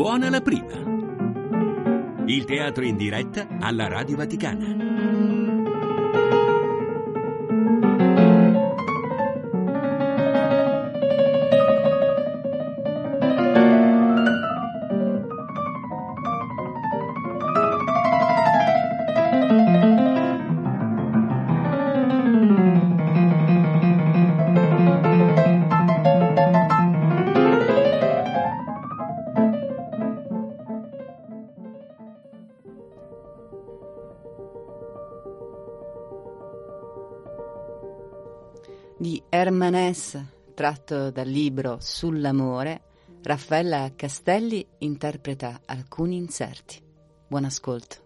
Suona la prima. Il teatro in diretta alla Radio Vaticana. Di Hermann Hesse, tratto dal libro Sull'amore, Raffaella Castelli interpreta alcuni inserti. Buon ascolto.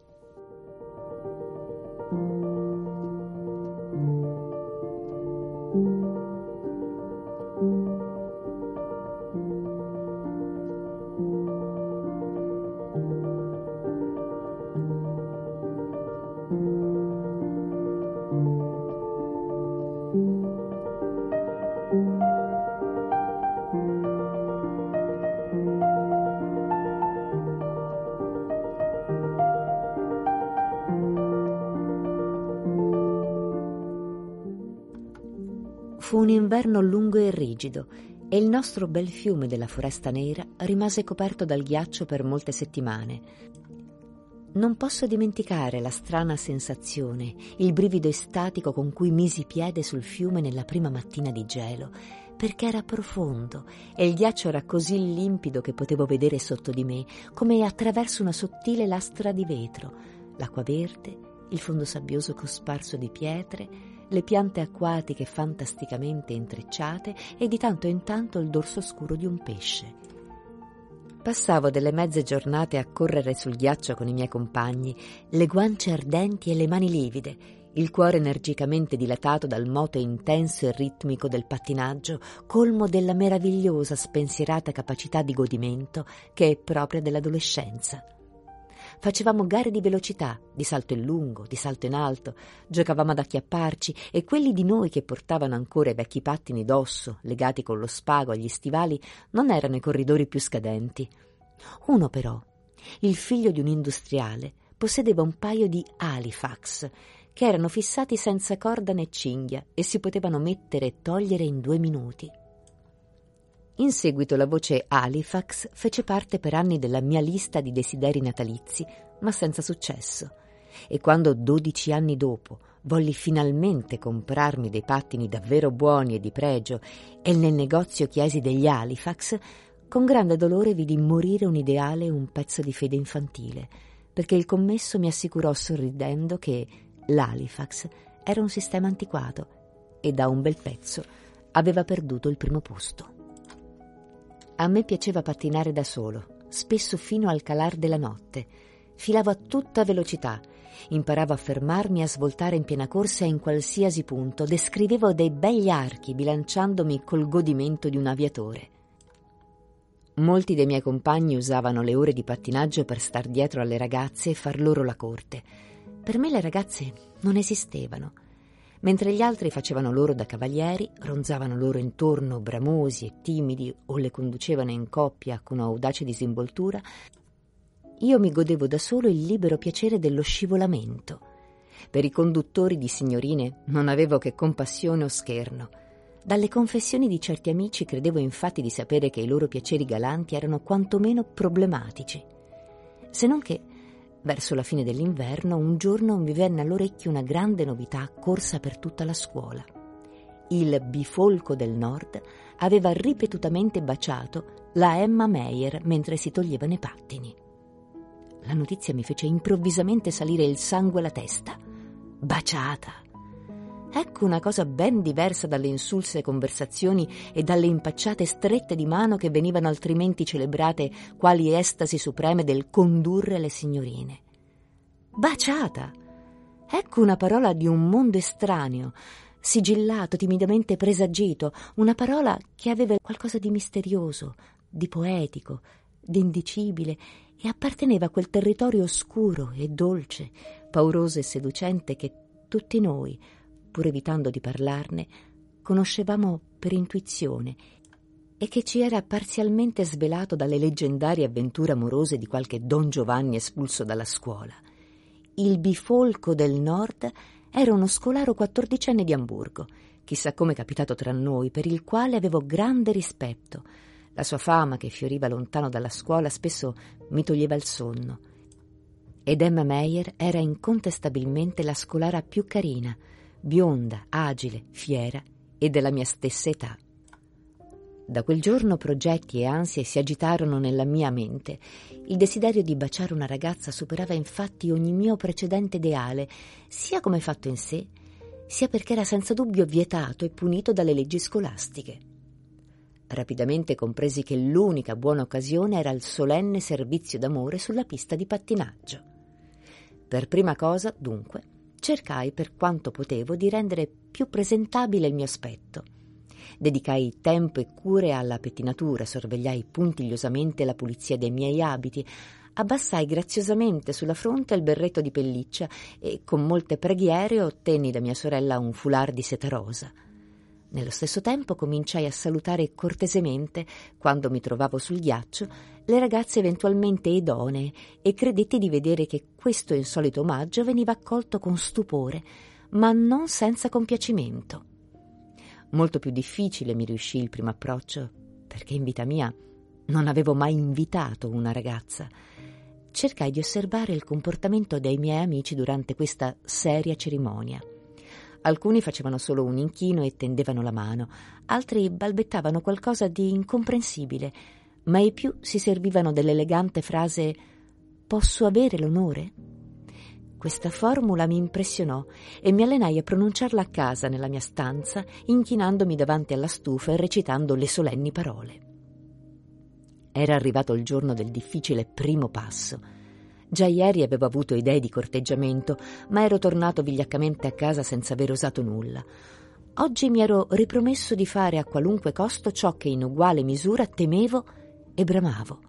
Fu un inverno lungo e rigido e il nostro bel fiume della Foresta Nera rimase coperto dal ghiaccio per molte settimane. Non posso dimenticare la strana sensazione, il brivido estatico con cui misi piede sul fiume nella prima mattina di gelo, perché era profondo e il ghiaccio era così limpido che potevo vedere sotto di me, come attraverso una sottile lastra di vetro, l'acqua verde, il fondo sabbioso cosparso di pietre, le piante acquatiche fantasticamente intrecciate e di tanto in tanto il dorso scuro di un pesce. Passavo delle mezze giornate a correre sul ghiaccio con i miei compagni, le guance ardenti e le mani livide, il cuore energicamente dilatato dal moto intenso e ritmico del pattinaggio, colmo della meravigliosa spensierata capacità di godimento che è propria dell'adolescenza. Facevamo gare di velocità, di salto in lungo, di salto in alto, giocavamo ad acchiapparci e quelli di noi che portavano ancora i vecchi pattini d'osso, legati con lo spago agli stivali, non erano i corridori più scadenti. Uno però, il figlio di un industriale, possedeva un paio di Halifax, che erano fissati senza corda né cinghia e si potevano mettere e togliere in 2 minuti. In seguito la voce Halifax fece parte per anni della mia lista di desideri natalizi, ma senza successo. E quando 12 anni dopo volli finalmente comprarmi dei pattini davvero buoni e di pregio e nel negozio chiesi degli Halifax, con grande dolore vidi morire un ideale e un pezzo di fede infantile, perché il commesso mi assicurò sorridendo che l'Halifax era un sistema antiquato e da un bel pezzo aveva perduto il primo posto. A me piaceva pattinare da solo, spesso fino al calar della notte. Filavo a tutta velocità, imparavo a fermarmi e a svoltare in piena corsa in qualsiasi punto, descrivevo dei begli archi bilanciandomi col godimento di un aviatore. Molti dei miei compagni usavano le ore di pattinaggio per star dietro alle ragazze e far loro la corte. Per me le ragazze non esistevano. Mentre gli altri facevano loro da cavalieri, ronzavano loro intorno bramosi e timidi o le conducevano in coppia con audace disinvoltura, io mi godevo da solo il libero piacere dello scivolamento. Per i conduttori di signorine non avevo che compassione o scherno. Dalle confessioni di certi amici credevo infatti di sapere che i loro piaceri galanti erano quantomeno problematici. Se non che verso la fine dell'inverno, un giorno mi venne all'orecchio una grande novità corsa per tutta la scuola. Il bifolco del Nord aveva ripetutamente baciato la Emma Meyer mentre si toglievano i pattini. La notizia mi fece improvvisamente salire il sangue alla testa. Baciata! Ecco una cosa ben diversa dalle insulse conversazioni e dalle impacciate strette di mano che venivano altrimenti celebrate quali estasi supreme del condurre le signorine. Baciata! Ecco una parola di un mondo estraneo, sigillato, timidamente presagito, una parola che aveva qualcosa di misterioso, di poetico, di indicibile e apparteneva a quel territorio oscuro e dolce, pauroso e seducente che tutti noi, pur evitando di parlarne, conoscevamo per intuizione e che ci era parzialmente svelato dalle leggendarie avventure amorose di qualche Don Giovanni espulso dalla scuola. Il bifolco del Nord era uno scolaro 14enne di Amburgo, chissà come capitato tra noi, per il quale avevo grande rispetto. La sua fama, che fioriva lontano dalla scuola, spesso mi toglieva il sonno. Ed Emma Meyer era incontestabilmente la scolara più carina, bionda, agile, fiera e della mia stessa età. Da quel giorno progetti e ansie si agitarono nella mia mente. Il desiderio di baciare una ragazza superava infatti ogni mio precedente ideale, sia come fatto in sé, sia perché era senza dubbio vietato e punito dalle leggi scolastiche. Rapidamente compresi che l'unica buona occasione era il solenne servizio d'amore sulla pista di pattinaggio. Per prima cosa, dunque, cercai per quanto potevo di rendere più presentabile il mio aspetto. Dedicai tempo e cure alla pettinatura, sorvegliai puntigliosamente la pulizia dei miei abiti, abbassai graziosamente sulla fronte il berretto di pelliccia e con molte preghiere ottenni da mia sorella un foulard di seta rosa. Nello stesso tempo cominciai a salutare cortesemente, quando mi trovavo sul ghiaccio, le ragazze eventualmente idonee e credetti di vedere che questo insolito omaggio veniva accolto con stupore, ma non senza compiacimento. Molto più difficile mi riuscì il primo approccio, perché in vita mia non avevo mai invitato una ragazza. Cercai di osservare il comportamento dei miei amici durante questa seria cerimonia. Alcuni facevano solo un inchino e tendevano la mano, altri balbettavano qualcosa di incomprensibile, ma i più si servivano dell'elegante frase «Posso avere l'onore?» Questa formula mi impressionò e mi allenai a pronunciarla a casa nella mia stanza, inchinandomi davanti alla stufa e recitando le solenni parole. Era arrivato il giorno del difficile primo passo. Già ieri avevo avuto idee di corteggiamento, ma ero tornato vigliaccamente a casa senza aver osato nulla. Oggi mi ero ripromesso di fare a qualunque costo ciò che in uguale misura temevo e bramavo.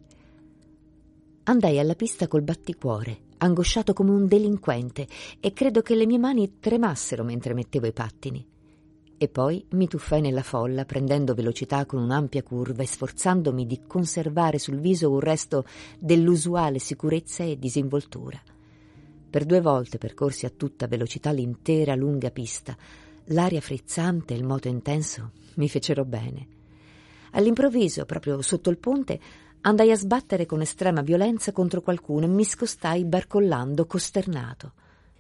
Andai alla pista col batticuore, angosciato come un delinquente, e credo che le mie mani tremassero mentre mettevo i pattini. E poi mi tuffai nella folla, prendendo velocità con un'ampia curva e sforzandomi di conservare sul viso un resto dell'usuale sicurezza e disinvoltura. Per 2 volte percorsi a tutta velocità l'intera lunga pista. L'aria frizzante e il moto intenso mi fecero bene. All'improvviso, proprio sotto il ponte, andai a sbattere con estrema violenza contro qualcuno e mi scostai barcollando, costernato.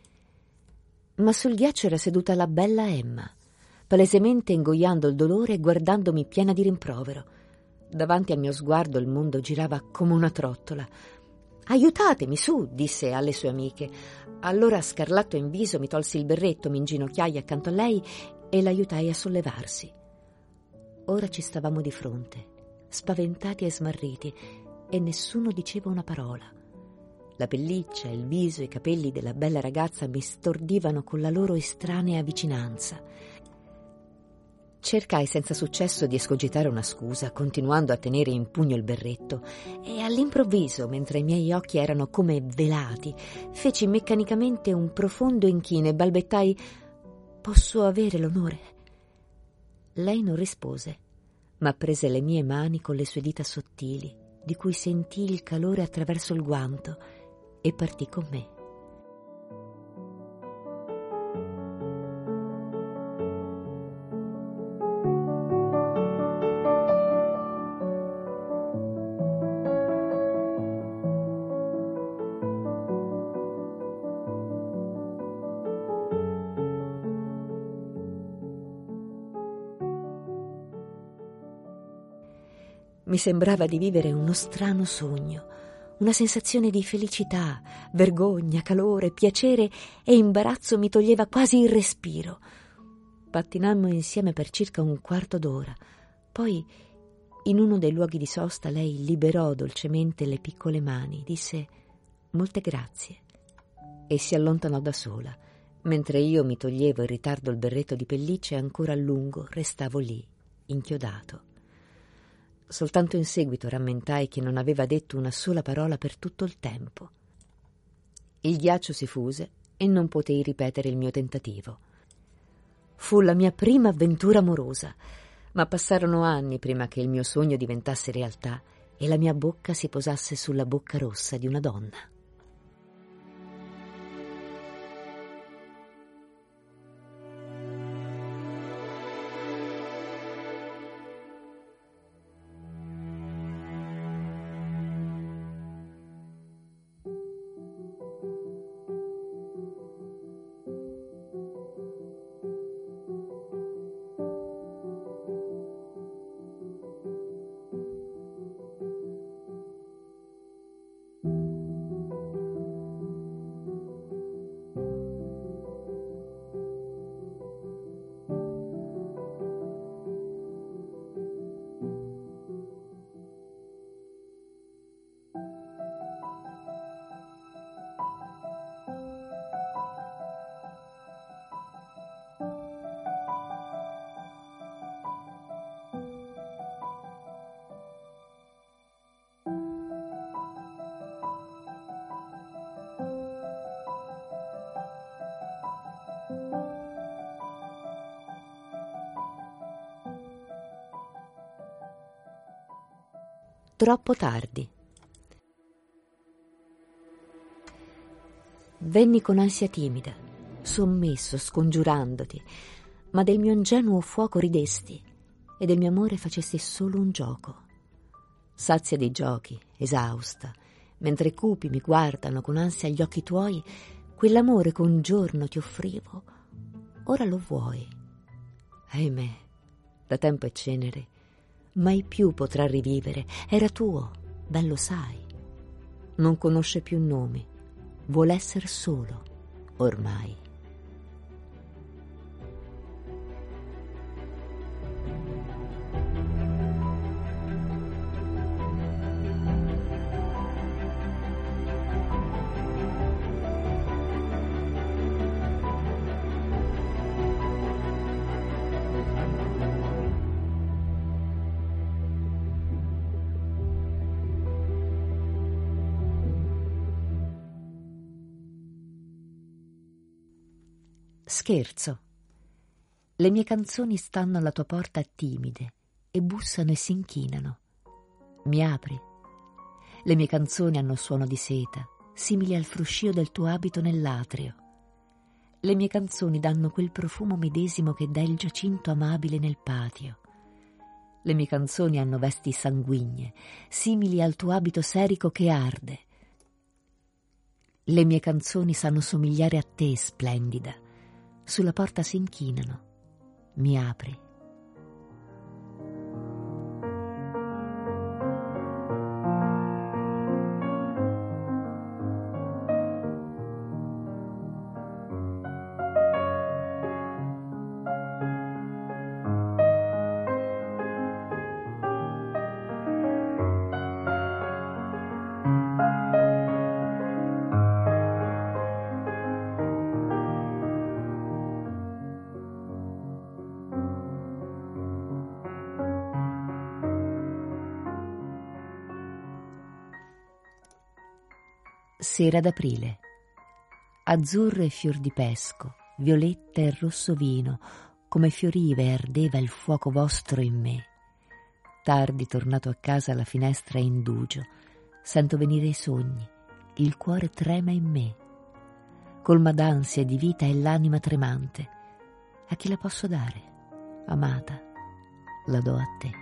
Ma sul ghiaccio era seduta la bella Emma, palesemente ingoiando il dolore e guardandomi piena di rimprovero. Davanti al mio sguardo il mondo girava come una trottola. «Aiutatemi, su!» disse alle sue amiche. Allora, scarlatto in viso, mi tolsi il berretto, mi inginocchiai accanto a lei e l'aiutai a sollevarsi. Ora ci stavamo di fronte, spaventati e smarriti, e nessuno diceva una parola. La pelliccia, il viso e i capelli della bella ragazza mi stordivano con la loro estranea vicinanza. Cercai senza successo di escogitare una scusa, continuando a tenere in pugno il berretto, e all'improvviso, mentre i miei occhi erano come velati, feci meccanicamente un profondo inchino e balbettai «Posso avere l'onore?» Lei non rispose, ma prese le mie mani con le sue dita sottili, di cui sentii il calore attraverso il guanto, e partì con me. Mi sembrava di vivere uno strano sogno, una sensazione di felicità, vergogna, calore, piacere e imbarazzo mi toglieva quasi il respiro. Pattinammo insieme per circa un quarto d'ora. Poi, in uno dei luoghi di sosta, lei liberò dolcemente le piccole mani, disse «Molte grazie» e si allontanò da sola, mentre io mi toglievo in ritardo il berretto di pelliccia e ancora a lungo restavo lì, inchiodato. Soltanto in seguito rammentai che non aveva detto una sola parola per tutto il tempo. Il ghiaccio si fuse e non potei ripetere il mio tentativo. Fu la mia prima avventura amorosa, Ma passarono anni prima che il mio sogno diventasse realtà e la mia bocca si posasse sulla bocca rossa di una donna. Troppo tardi. Venni con ansia timida, sommesso, scongiurandoti, ma del mio ingenuo fuoco ridesti e del mio amore facesti solo un gioco. Sazia di giochi, esausta, mentre cupi mi guardano con ansia gli occhi tuoi, quell'amore che un giorno ti offrivo, ora lo vuoi. Ahimè, da tempo è cenere, mai più potrà rivivere. Era tuo, ben lo sai. Non conosce più nomi, vuol esser solo ormai. Scherzo. Le mie canzoni stanno alla tua porta timide e bussano e si inchinano. Mi apri. Le mie canzoni hanno suono di seta, simili al fruscio del tuo abito nell'atrio. Le mie canzoni danno quel profumo medesimo che dà il giacinto amabile nel patio. Le mie canzoni hanno vesti sanguigne, simili al tuo abito serico che arde. Le mie canzoni sanno somigliare a te, splendida. Sulla porta si inchinano. Mi apri. Sera d'aprile. Azzurro e fior di pesco, violetta e rosso vino, come fioriva e ardeva il fuoco vostro in me. Tardi tornato a casa alla finestra indugio, sento venire i sogni, il cuore trema in me. Colma d'ansia di vita e l'anima tremante. A chi la posso dare? Amata, la do a te.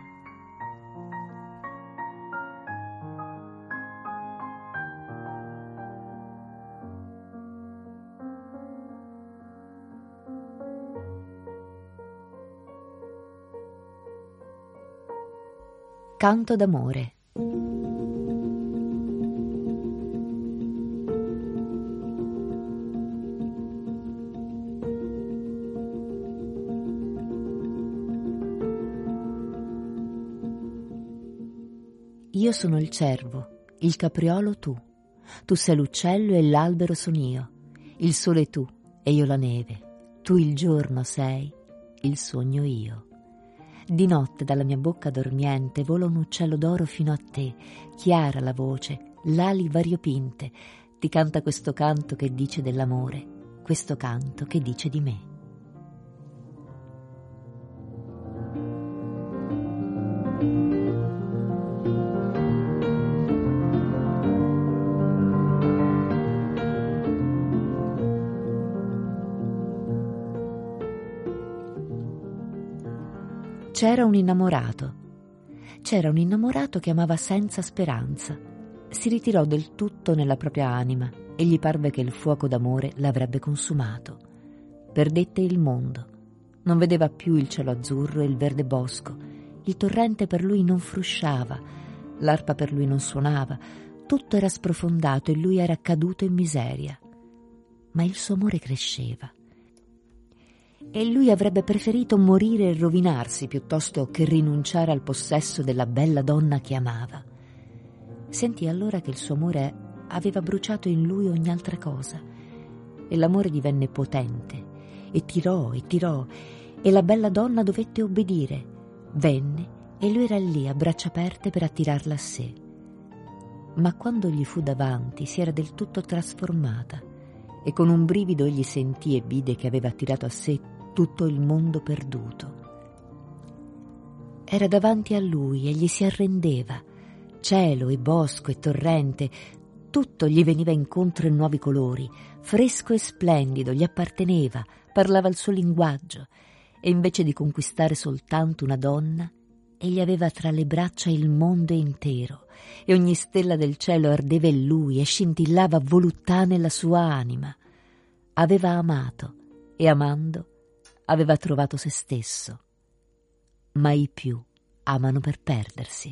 Canto d'amore. Io sono il cervo, il capriolo tu. Tu sei l'uccello e l'albero son io. Il sole tu e io la neve. Tu il giorno sei, il sogno io. Di notte dalla mia bocca dormiente vola un uccello d'oro fino a te, chiara la voce, l'ali variopinte, ti canta questo canto che dice dell'amore, questo canto che dice di me. C'era un innamorato che amava senza speranza. Si ritirò del tutto nella propria anima e gli parve che il fuoco d'amore l'avrebbe consumato. Perdette il mondo. Non vedeva più il cielo azzurro e il verde bosco. Il torrente per lui non frusciava, l'arpa per lui non suonava. Tutto era sprofondato e lui era caduto in miseria. Ma il suo amore cresceva. E lui avrebbe preferito morire e rovinarsi piuttosto che rinunciare al possesso della bella donna che amava. Sentì allora che il suo amore aveva bruciato in lui ogni altra cosa, e l'amore divenne potente, e tirò, e la bella donna dovette obbedire. Venne, e lui era lì a braccia aperte per attirarla a sé. Ma quando gli fu davanti si era del tutto trasformata, e con un brivido egli sentì e vide che aveva attirato a sé tutto il mondo perduto. Era davanti a lui e gli si arrendeva. Cielo e bosco e torrente, tutto gli veniva incontro in nuovi colori, fresco e splendido, gli apparteneva, parlava il suo linguaggio, e invece di conquistare soltanto una donna, egli aveva tra le braccia il mondo intero, e ogni stella del cielo ardeva in lui e scintillava voluttà nella sua anima. Aveva amato, e amando aveva trovato se stesso. Ma i più amano per perdersi.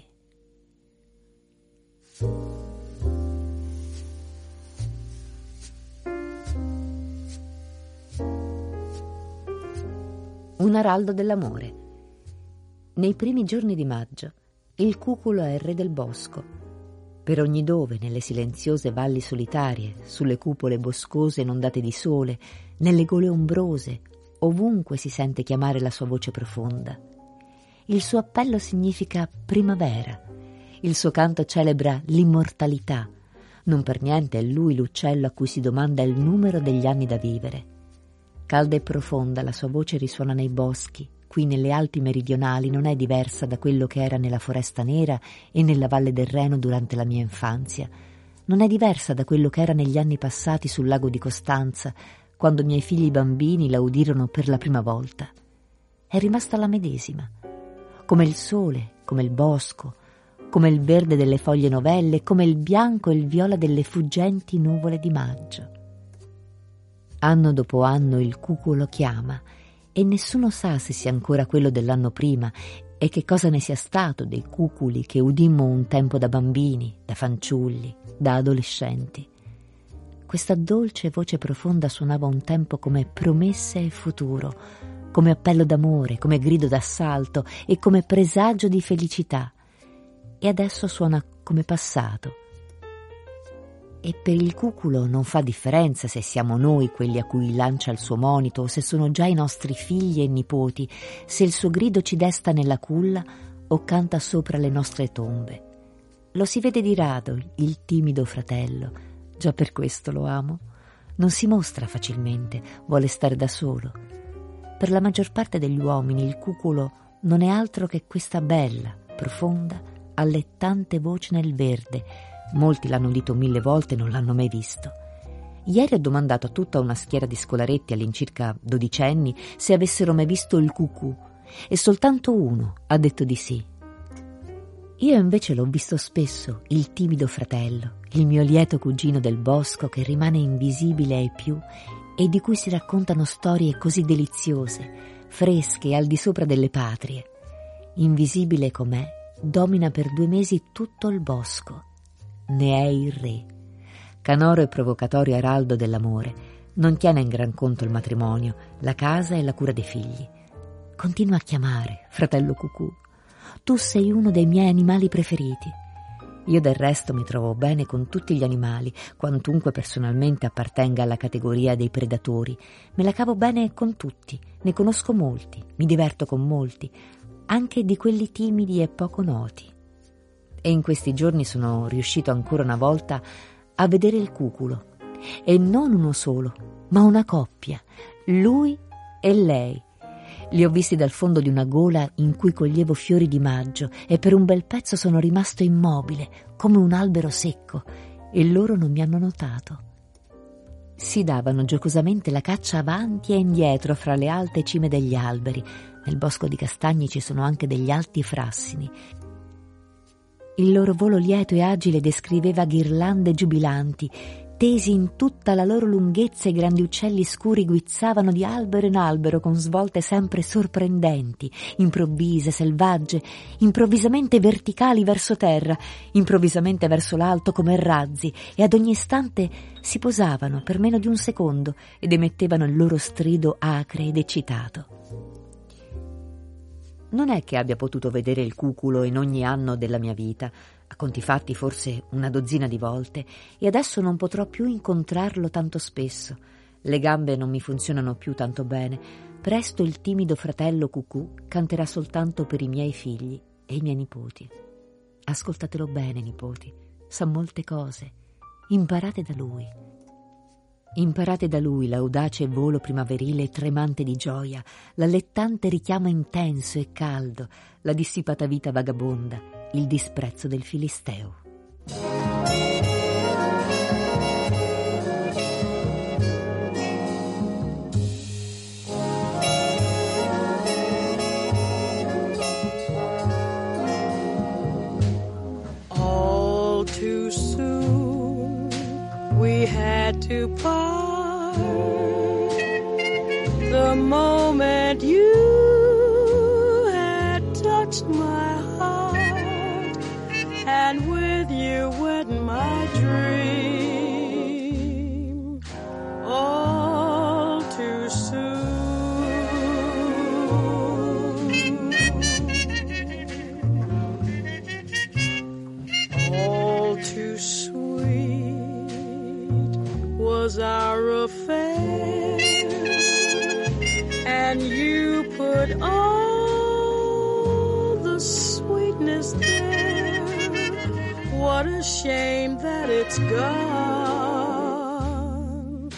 Un araldo dell'amore. Nei primi giorni di maggio il cuculo è il re del bosco. Per ogni dove, nelle silenziose valli solitarie, sulle cupole boscose inondate di sole, nelle gole ombrose, ovunque si sente chiamare la sua voce profonda. Il suo appello significa primavera, il suo canto celebra l'immortalità. Non per niente è lui l'uccello a cui si domanda il numero degli anni da vivere. Calda e profonda la sua voce risuona nei boschi, qui nelle Alpi meridionali non è diversa da quello che era nella Foresta Nera e nella Valle del Reno durante la mia infanzia. Non è diversa da quello che era negli anni passati sul lago di Costanza, quando i miei figli bambini la udirono per la prima volta. È rimasta la medesima, come il sole, come il bosco, come il verde delle foglie novelle, come il bianco e il viola delle fuggenti nuvole di maggio. Anno dopo anno il cuculo chiama e nessuno sa se sia ancora quello dell'anno prima e che cosa ne sia stato dei cuculi che udimmo un tempo da bambini, da fanciulli, da adolescenti. Questa dolce voce profonda suonava un tempo come promessa e futuro, come appello d'amore, come grido d'assalto e come presagio di felicità. E adesso suona come passato. E per il cuculo non fa differenza se siamo noi quelli a cui lancia il suo monito o se sono già i nostri figli e nipoti, se il suo grido ci desta nella culla o canta sopra le nostre tombe. Lo si vede di rado, il timido fratello, già per questo lo amo. Non si mostra facilmente, vuole stare da solo. Per la maggior parte degli uomini il cuculo non è altro che questa bella, profonda, allettante voce nel verde. Molti l'hanno udito 1000 volte e non l'hanno mai visto. Ieri ho domandato a tutta una schiera di scolaretti all'incirca 12enni se avessero mai visto il cucù e soltanto uno ha detto di sì. Io invece l'ho visto spesso, il timido fratello, il mio lieto cugino del bosco che rimane invisibile ai più e di cui si raccontano storie così deliziose, fresche e al di sopra delle patrie. Invisibile com'è, domina per 2 mesi tutto il bosco. Ne è il re. Canoro e provocatorio araldo dell'amore, non tiene in gran conto il matrimonio, la casa e la cura dei figli. Continua a chiamare, fratello cucù. Tu sei uno dei miei animali preferiti. Io del resto mi trovo bene con tutti gli animali, quantunque personalmente appartenga alla categoria dei predatori. Me la cavo bene con tutti, ne conosco molti, mi diverto con molti, anche di quelli timidi e poco noti. E in questi giorni sono riuscito ancora una volta a vedere il cuculo, e non uno solo, ma una coppia, lui e lei. Li ho visti dal fondo di una gola in cui coglievo fiori di maggio e per un bel pezzo sono rimasto immobile, come un albero secco, e loro non mi hanno notato. Si davano giocosamente la caccia avanti e indietro fra le alte cime degli alberi, Nel bosco di castagni ci sono anche degli alti frassini. Il loro volo lieto e agile descriveva ghirlande giubilanti. Tesi in tutta la loro lunghezza, i grandi uccelli scuri guizzavano di albero in albero con svolte sempre sorprendenti, improvvise, selvagge, improvvisamente verticali verso terra, improvvisamente verso l'alto come razzi, e ad ogni istante si posavano per meno di un secondo ed emettevano il loro strido acre ed eccitato. Non è che abbia potuto vedere il cuculo in ogni anno della mia vita, a conti fatti forse una dozzina di volte, e adesso non potrò più incontrarlo tanto spesso. Le gambe non mi funzionano più tanto bene. Presto il timido fratello Cucù canterà soltanto per i miei figli e i miei nipoti. Ascoltatelo bene, nipoti, sa molte cose. Imparate da lui. Imparate da lui l'audace volo primaverile tremante di gioia, l'allettante richiamo intenso e caldo, la dissipata vita vagabonda, il disprezzo del filisteo. All too soon we had to part. The moment you had touched my heart, and with you went my dream. All too soon. All too sweet was our affair, and you put all the sweetness there. What a shame that it's gone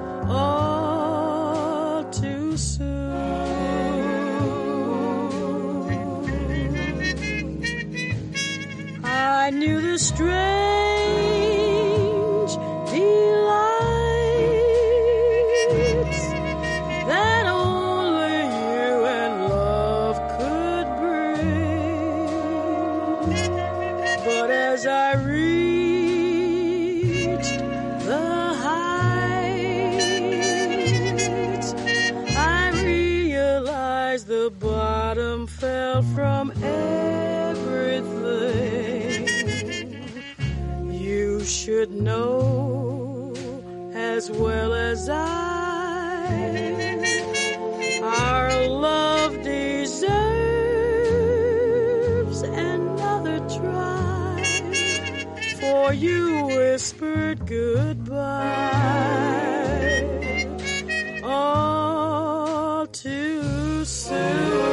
all too soon. I knew the strange delights that only you and love could bring, but as I reached the heights, I realized the bottom fell from everything. You should know as well as I, our love deserves another try, for you whispered goodbye all too soon.